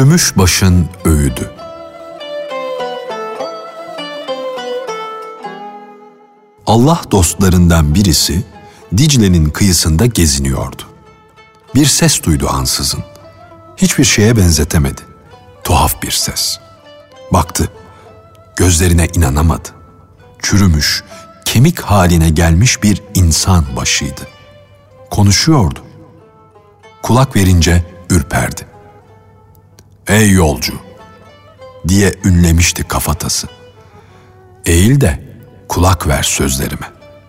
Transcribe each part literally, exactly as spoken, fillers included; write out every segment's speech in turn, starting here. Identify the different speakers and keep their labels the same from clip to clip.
Speaker 1: Çürümüş başın öğüdü. Allah dostlarından birisi Dicle'nin kıyısında geziniyordu. Bir ses duydu ansızın. Hiçbir şeye benzetemedi. Tuhaf bir ses. Baktı. Gözlerine inanamadı. Çürümüş, kemik haline gelmiş bir insan başıydı. Konuşuyordu. Kulak verince ürperdi. "Ey yolcu!" diye ünlemişti kafatası. "Eğil de kulak ver sözlerime."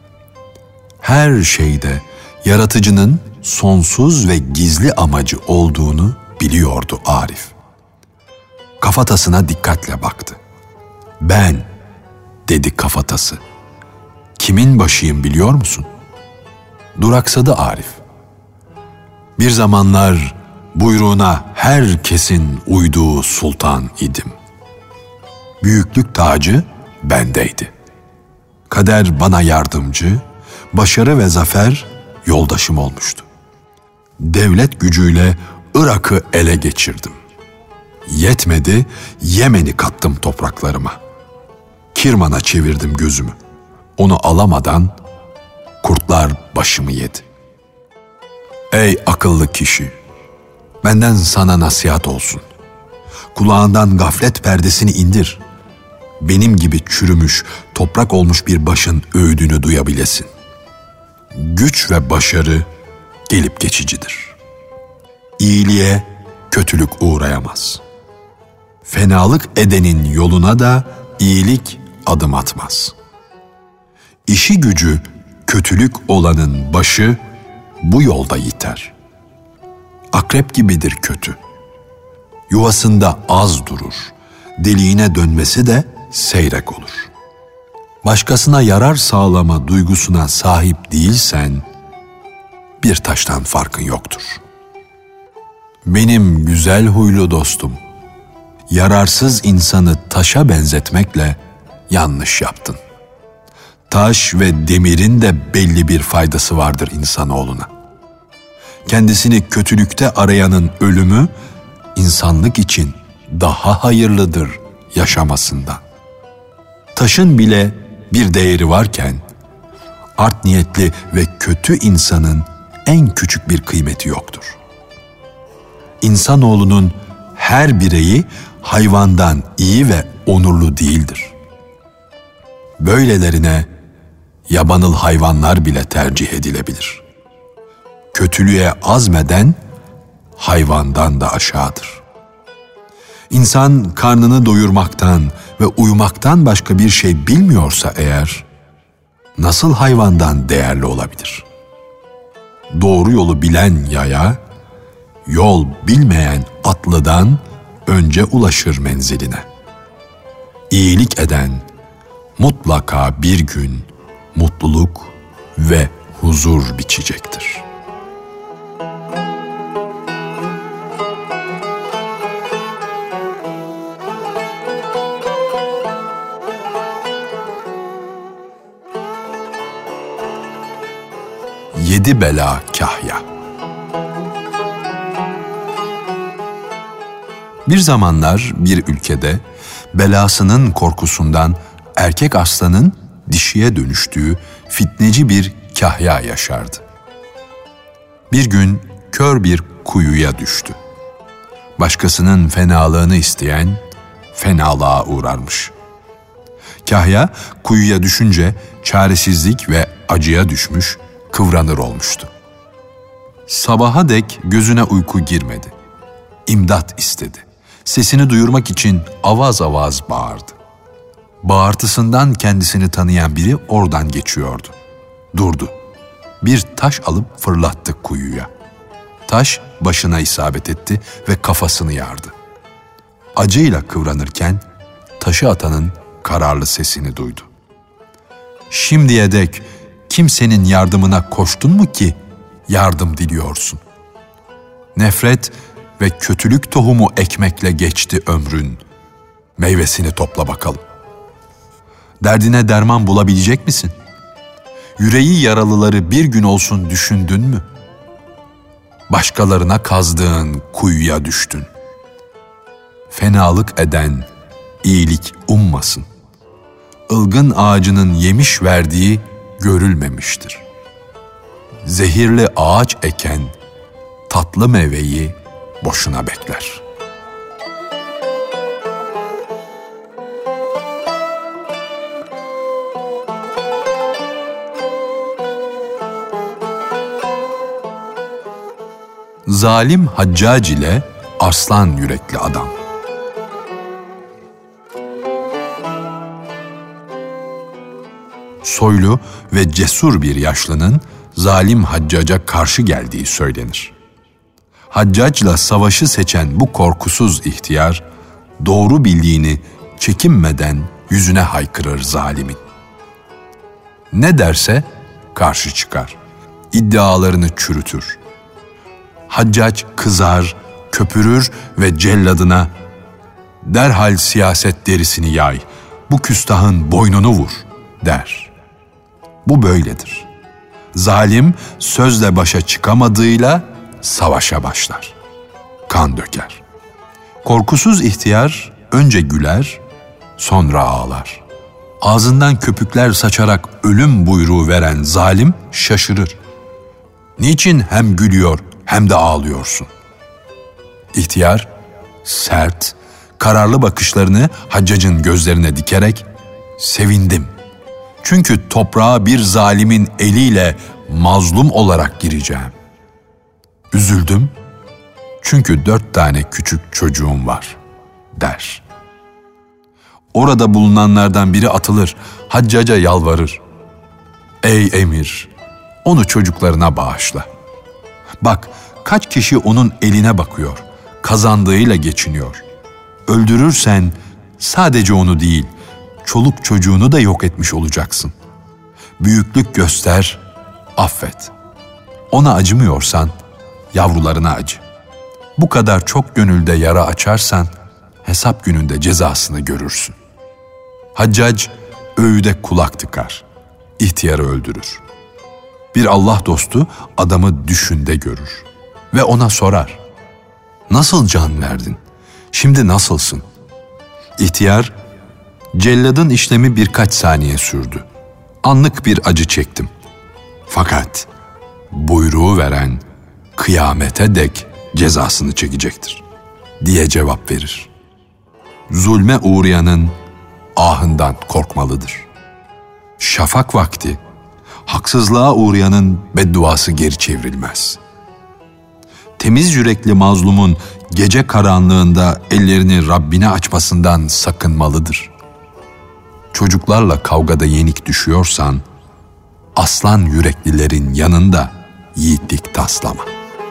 Speaker 1: Her şeyde yaratıcının sonsuz ve gizli amacı olduğunu biliyordu Arif. Kafatasına dikkatle baktı. "Ben," dedi kafatası. "Kimin başıyım biliyor musun?" Duraksadı Arif. "Bir zamanlar buyruğuna herkesin uyduğu sultan idim. Büyüklük tacı bendeydi. Kader bana yardımcı, başarı ve zafer yoldaşım olmuştu. Devlet gücüyle Irak'ı ele geçirdim. Yetmedi, Yemen'i kattım topraklarıma. Kirman'a çevirdim gözümü. Onu alamadan kurtlar başımı yedi. Ey akıllı kişi, benden sana nasihat olsun. Kulağından gaflet perdesini indir. Benim gibi çürümüş, toprak olmuş bir başın öğüdünü duyabilesin. Güç ve başarı gelip geçicidir. İyiliğe kötülük uğrayamaz. Fenalık edenin yoluna da iyilik adım atmaz. İşi gücü kötülük olanın başı bu yolda yiter. Akrep gibidir kötü. Yuvasında az durur. Deliğine dönmesi de seyrek olur. Başkasına yarar sağlama duygusuna sahip değilsen, bir taştan farkın yoktur. Benim güzel huylu dostum, yararsız insanı taşa benzetmekle yanlış yaptın. Taş ve demirin de belli bir faydası vardır insanoğluna. Kendisini kötülükte arayanın ölümü, insanlık için daha hayırlıdır yaşamasından. Taşın bile bir değeri varken, art niyetli ve kötü insanın en küçük bir kıymeti yoktur. İnsanoğlunun her bireyi hayvandan iyi ve onurlu değildir. Böylelerine yabanıl hayvanlar bile tercih edilebilir. Kötülüğe azmeden hayvandan da aşağıdır. İnsan karnını doyurmaktan ve uyumaktan başka bir şey bilmiyorsa eğer, nasıl hayvandan değerli olabilir? Doğru yolu bilen yaya, yol bilmeyen atlıdan önce ulaşır menziline. İyilik eden mutlaka bir gün mutluluk ve huzur biçecektir. Yedi bela kahya. Bir zamanlar bir ülkede belasının korkusundan erkek aslanın dişiye dönüştüğü fitneci bir kahya yaşardı. Bir gün kör bir kuyuya düştü. Başkasının fenalığını isteyen fenalığa uğrarmış. Kahya kuyuya düşünce çaresizlik ve acıya düşmüş, kıvranır olmuştu. Sabaha dek gözüne uyku girmedi. İmdat istedi. Sesini duyurmak için avaz avaz bağırdı. Bağırtısından kendisini tanıyan biri oradan geçiyordu. Durdu. Bir taş alıp fırlattı kuyuya. Taş başına isabet etti ve kafasını yardı. Acıyla kıvranırken taşı atanın kararlı sesini duydu. Şimdiye dek kimsenin yardımına koştun mu ki yardım diliyorsun? Nefret ve kötülük tohumu ekmekle geçti ömrün. Meyvesini topla bakalım. Derdine derman bulabilecek misin? Yüreği yaralıları bir gün olsun düşündün mü? Başkalarına kazdığın kuyuya düştün. fenalık eden iyilik ummasın. Ilgın ağacının yemiş verdiği görülmemiştir. Zehirli ağaç eken tatlı meyveyi boşuna bekler. Zalim Haccac ile arslan yürekli adam. Soylu ve cesur bir yaşlının zalim Haccac'a karşı geldiği söylenir. Haccac'la savaşı seçen bu korkusuz ihtiyar, doğru bildiğini çekinmeden yüzüne haykırır zalimin. Ne derse karşı çıkar, iddialarını çürütür. Haccac kızar, köpürür ve celladına, "Derhal siyaset derisini yay, bu küstahın boynunu vur," der. Bu böyledir. Zalim sözle başa çıkamadığıyla savaşa başlar. Kan döker. Korkusuz ihtiyar önce güler, sonra ağlar. Ağzından köpükler saçarak ölüm buyruğu veren zalim şaşırır. Niçin hem gülüyor hem de ağlıyorsun? İhtiyar sert, kararlı bakışlarını Haccac'ın gözlerine dikerek, "Sevindim. Çünkü toprağa bir zalimin eliyle mazlum olarak gireceğim. Üzüldüm. Çünkü dört tane küçük çocuğum var," der. Orada bulunanlardan biri atılır, Haccac'a yalvarır. "Ey emir, onu çocuklarına bağışla. Bak, kaç kişi onun eline bakıyor, kazandığıyla geçiniyor. Öldürürsen sadece onu değil, çoluk çocuğunu da yok etmiş olacaksın. Büyüklük göster, affet. Ona acımıyorsan yavrularına acı. Bu kadar çok gönülde yara açarsan hesap gününde cezasını görürsün." Haccac öğüde kulak tıkar, ihtiyarı öldürür. Bir Allah dostu adamı düşünde görür ve ona sorar. "Nasıl can verdin? Şimdi nasılsın?" İhtiyar, "Celladın işlemi birkaç saniye sürdü. Anlık bir acı çektim. Fakat buyruğu veren kıyamete dek cezasını çekecektir," diye cevap verir. Zulme uğrayanın ahından korkmalıdır. Şafak vakti haksızlığa uğrayanın bedduası geri çevrilmez. Temiz yürekli mazlumun gece karanlığında ellerini Rabbine açmasından sakınmalıdır. Çocuklarla kavgada yenik düşüyorsan, aslan yüreklilerin yanında yiğitlik taslama.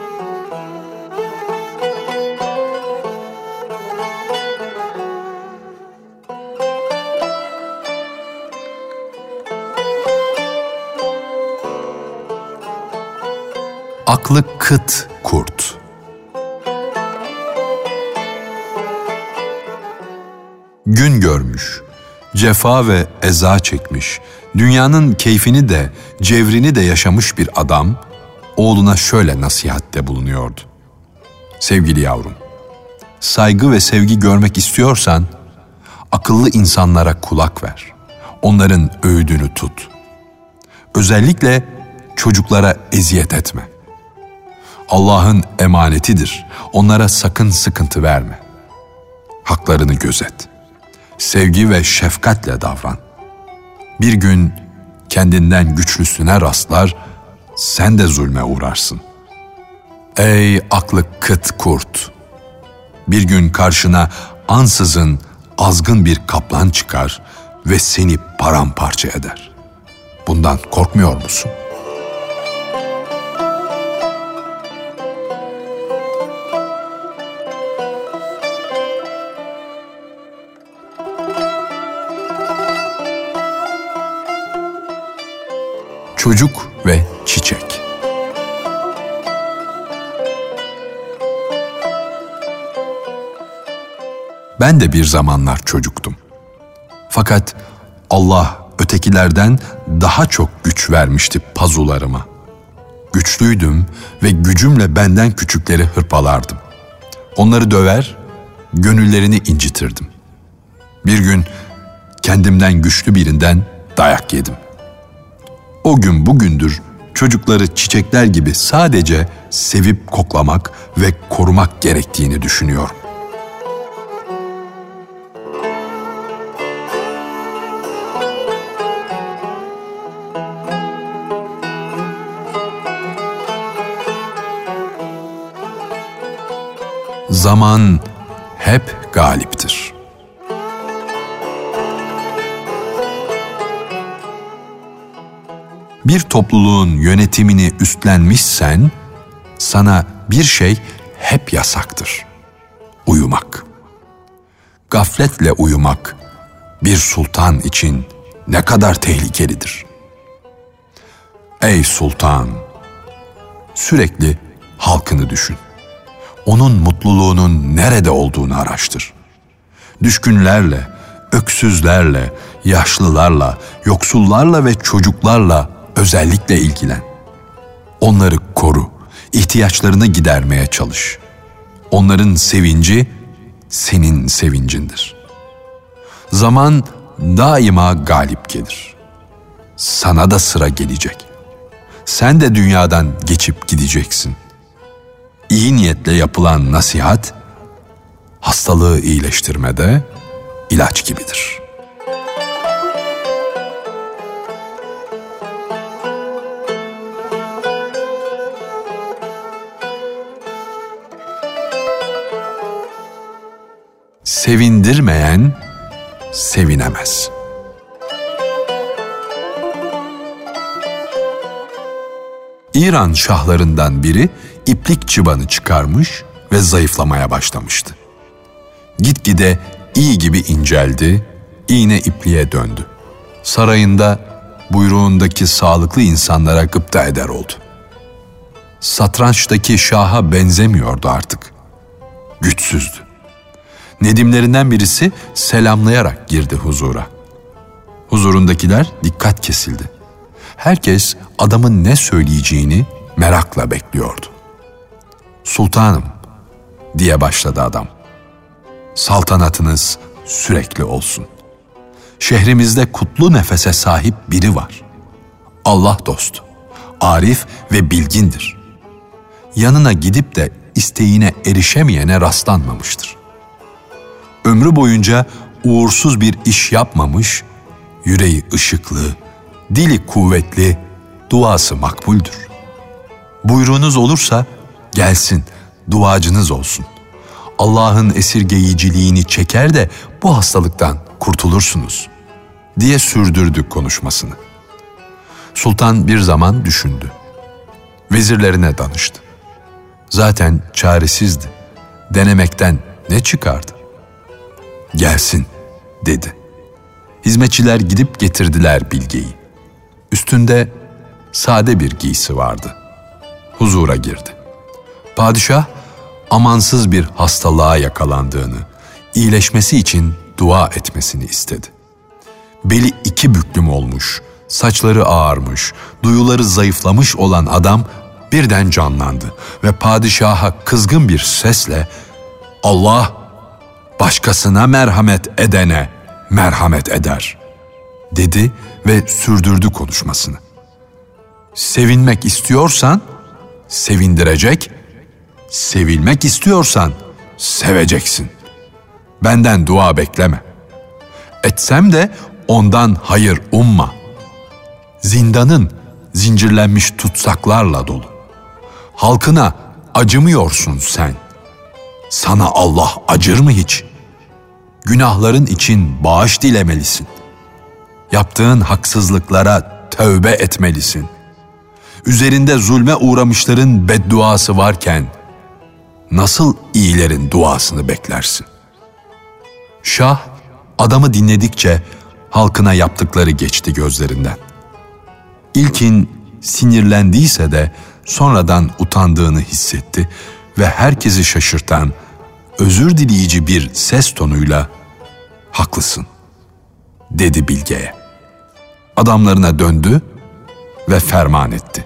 Speaker 1: Aklı kıt kurt. Gün görmüş, cefa ve eza çekmiş, dünyanın keyfini de cevrini de yaşamış bir adam, oğluna şöyle nasihatte bulunuyordu. "Sevgili yavrum, saygı ve sevgi görmek istiyorsan, akıllı insanlara kulak ver, onların öğüdünü tut. Özellikle çocuklara eziyet etme. Allah'ın emanetidir, onlara sakın sıkıntı verme. Haklarını gözet. Sevgi ve şefkatle davran. Bir gün kendinden güçlüsüne rastlar, sen de zulme uğrarsın. Ey aklı kıt kurt! Bir gün karşına ansızın azgın bir kaplan çıkar ve seni paramparça eder. Bundan korkmuyor musun?" Çocuk ve çiçek. Ben de bir zamanlar çocuktum. Fakat Allah ötekilerden daha çok güç vermişti pazularıma. Güçlüydüm ve gücümle benden küçükleri hırpalardım. Onları döver, gönüllerini incitirdim. Bir gün kendimden güçlü birinden dayak yedim. O gün bugündür çocukları çiçekler gibi sadece sevip koklamak ve korumak gerektiğini düşünüyorum. Zaman hep galiptir. Bir topluluğun yönetimini üstlenmişsen, sana bir şey hep yasaktır. Uyumak. Gafletle uyumak bir sultan için ne kadar tehlikelidir. Ey sultan! Sürekli halkını düşün. Onun mutluluğunun nerede olduğunu araştır. Düşkünlerle, öksüzlerle, yaşlılarla, yoksullarla ve çocuklarla özellikle ilgilen. Onları koru, ihtiyaçlarını gidermeye çalış. Onların sevinci senin sevincindir. Zaman daima galip gelir. Sana da sıra gelecek. Sen de dünyadan geçip gideceksin. İyi niyetle yapılan nasihat, hastalığı iyileştirmede ilaç gibidir. Sevindirmeyen sevinemez. İran şahlarından biri iplik çıbanı çıkarmış ve zayıflamaya başlamıştı. Gitgide iyi gibi inceldi, iğne ipliğe döndü. Sarayında buyruğundaki sağlıklı insanlara gıpta eder oldu. Satrançtaki şaha benzemiyordu artık. Güçsüzdü. Nedimlerinden birisi selamlayarak girdi huzura. Huzurundakiler dikkat kesildi. Herkes adamın ne söyleyeceğini merakla bekliyordu. "Sultanım," diye başladı adam. "Saltanatınız sürekli olsun. Şehrimizde kutlu nefese sahip biri var. Allah dostu, arif ve bilgindir. Yanına gidip de isteğine erişemeyene rastlanmamıştır. Ömrü boyunca uğursuz bir iş yapmamış, yüreği ışıklı, dili kuvvetli, duası makbuldür. Buyruğunuz olursa gelsin, duacınız olsun. Allah'ın esirgeyiciliğini çeker de bu hastalıktan kurtulursunuz," diye sürdürdü konuşmasını. Sultan bir zaman düşündü. Vezirlerine danıştı. Zaten çaresizdi. Denemekten ne çıkardı? "Gelsin," dedi. Hizmetçiler gidip getirdiler bilgeyi. Üstünde sade bir giysi vardı. Huzura girdi. Padişah amansız bir hastalığa yakalandığını, iyileşmesi için dua etmesini istedi. Beli iki büklüm olmuş, saçları ağarmış, duyuları zayıflamış olan adam birden canlandı ve padişaha kızgın bir sesle "Allah başkasına merhamet edene merhamet eder," dedi ve sürdürdü konuşmasını. "Sevinmek istiyorsan sevindirecek, sevilmek istiyorsan seveceksin. Benden dua bekleme. Etsem de ondan hayır umma. Zindanın zincirlenmiş tutsaklarla dolu. Halkına acımıyorsun sen. Sana Allah acır mı hiç? Günahların için bağış dilemelisin. Yaptığın haksızlıklara tövbe etmelisin. Üzerinde zulme uğramışların bedduası varken nasıl iyilerin duasını beklersin?" Şah adamı dinledikçe halkına yaptıkları geçti gözlerinden. İlkin sinirlendiyse de sonradan utandığını hissetti ve herkesi şaşırtan, özür dileyici bir ses tonuyla "Haklısın," dedi bilgeye. Adamlarına döndü ve ferman etti.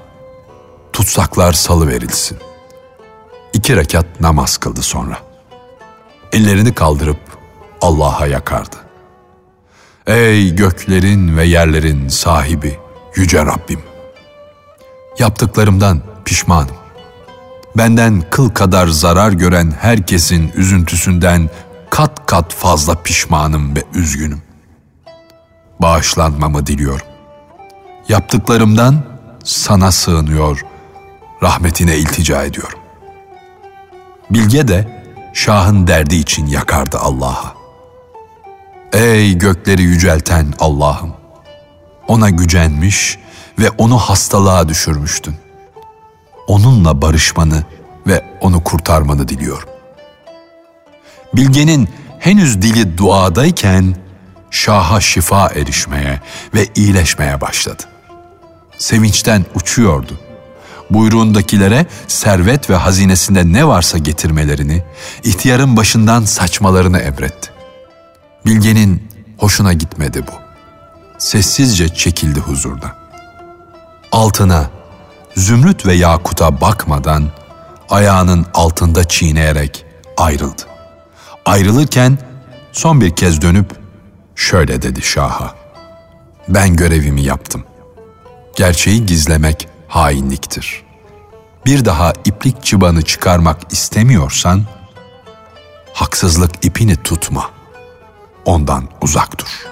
Speaker 1: Tutsaklar salıverilsin. İki rekat namaz kıldı sonra. ellerini kaldırıp Allah'a yakardı. Ey göklerin ve yerlerin sahibi yüce Rabbim! Yaptıklarımdan pişmanım. Benden kıl kadar zarar gören herkesin üzüntüsünden kat kat fazla pişmanım ve üzgünüm. Bağışlanmamı diliyorum. Yaptıklarımdan sana sığınıyor, rahmetine iltica ediyorum. Bilge de şahın derdi için yakardı Allah'a. Ey gökleri yücelten Allah'ım! Ona gücenmiş ve onu hastalığa düşürmüştün. Onunla barışmanı ve onu kurtarmanı diliyorum. Bilge'nin henüz dili duadayken şaha şifa erişmeye ve iyileşmeye başladı. Sevinçten uçuyordu. Buyruğundakilere servet ve hazinesinde ne varsa getirmelerini, ihtiyarın başından saçmalarını emretti. Bilge'nin hoşuna gitmedi bu. Sessizce çekildi huzurdan. Altına, zümrüt ve yakuta bakmadan ayağının altında çiğneyerek ayrıldı. Ayrılırken son bir kez dönüp şöyle dedi şaha: ben görevimi yaptım. Gerçeği gizlemek hainliktir. Bir daha iplik çıbanı çıkarmak istemiyorsan haksızlık ipini tutma. Ondan uzak dur.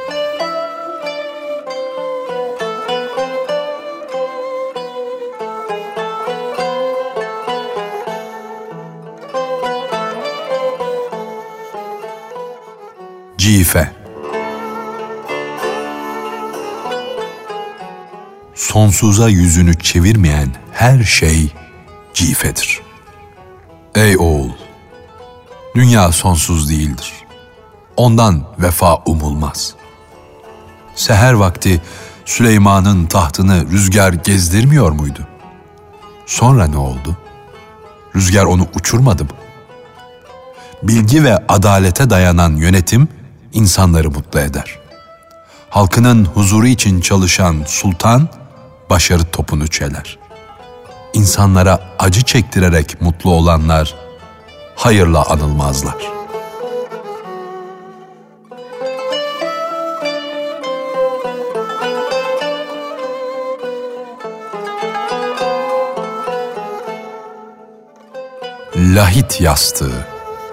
Speaker 1: Cife. Sonsuza yüzünü çevirmeyen her şey cifedir. Ey oğul! Dünya sonsuz değildir. Ondan vefa umulmaz. Seher vakti Süleyman'ın tahtını rüzgar gezdirmiyor muydu? Sonra ne oldu? Rüzgar onu uçurmadı mı? Bilgi ve adalete dayanan yönetim insanları mutlu eder. Halkının huzuru için çalışan sultan başarı topunu çeler. İnsanlara acı çektirerek mutlu olanlar hayırla anılmazlar. Lahit yastığı.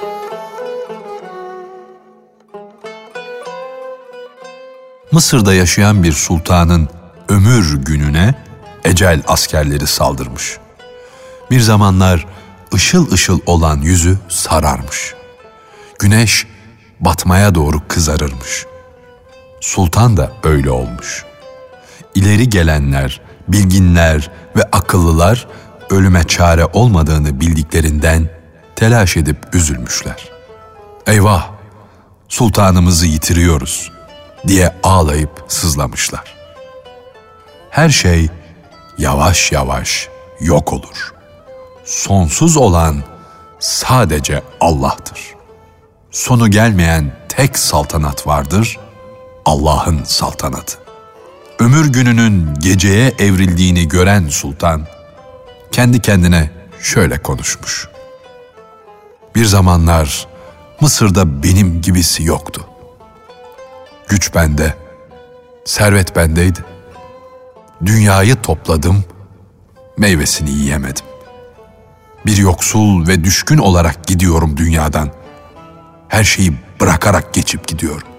Speaker 1: Mısır'da yaşayan bir sultanın ömür gününe ecel askerleri saldırmış. Bir zamanlar ışıl ışıl olan yüzü sararmış. Güneş batmaya doğru kızarırmış. Sultan da öyle olmuş. İleri gelenler, bilginler ve akıllılar ölüme çare olmadığını bildiklerinden telaş edip üzülmüşler. Eyvah! Sultanımızı yitiriyoruz diye ağlayıp sızlamışlar. Her şey yavaş yavaş yok olur. Sonsuz olan sadece Allah'tır. Sonu gelmeyen tek saltanat vardır, Allah'ın saltanatı. Ömür gününün geceye evrildiğini gören sultan, kendi kendine şöyle konuşmuş: bir zamanlar Mısır'da benim gibisi yoktu. Güç bende, servet bendeydi. Dünyayı topladım, meyvesini yiyemedim. Bir yoksul ve düşkün olarak gidiyorum dünyadan. Her şeyi bırakarak geçip gidiyorum.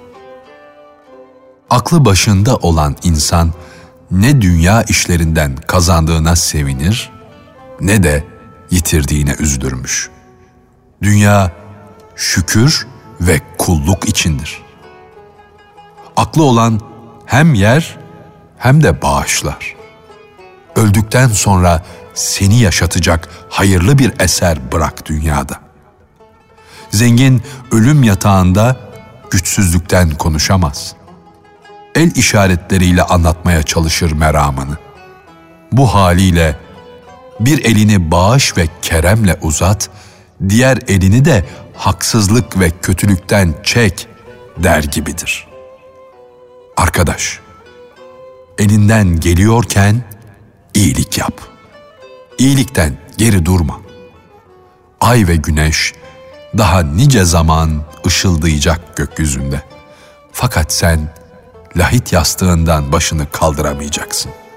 Speaker 1: Aklı başında olan insan ne dünya işlerinden kazandığına sevinir, ne de yitirdiğine üzülürmüş. Dünya şükür ve kulluk içindir. Aklı olan hem yer hem de bağışlar. Öldükten sonra seni yaşatacak hayırlı bir eser bırak dünyada. Zengin ölüm yatağında güçsüzlükten konuşamaz. El işaretleriyle anlatmaya çalışır meramını. Bu haliyle bir elini bağış ve keremle uzat, diğer elini de haksızlık ve kötülükten çek der gibidir. Arkadaş, elinden geliyorken iyilik yap. İyilikten geri durma. Ay ve güneş daha nice zaman ışıldayacak gökyüzünde. Fakat sen lahit yastığından başını kaldıramayacaksın.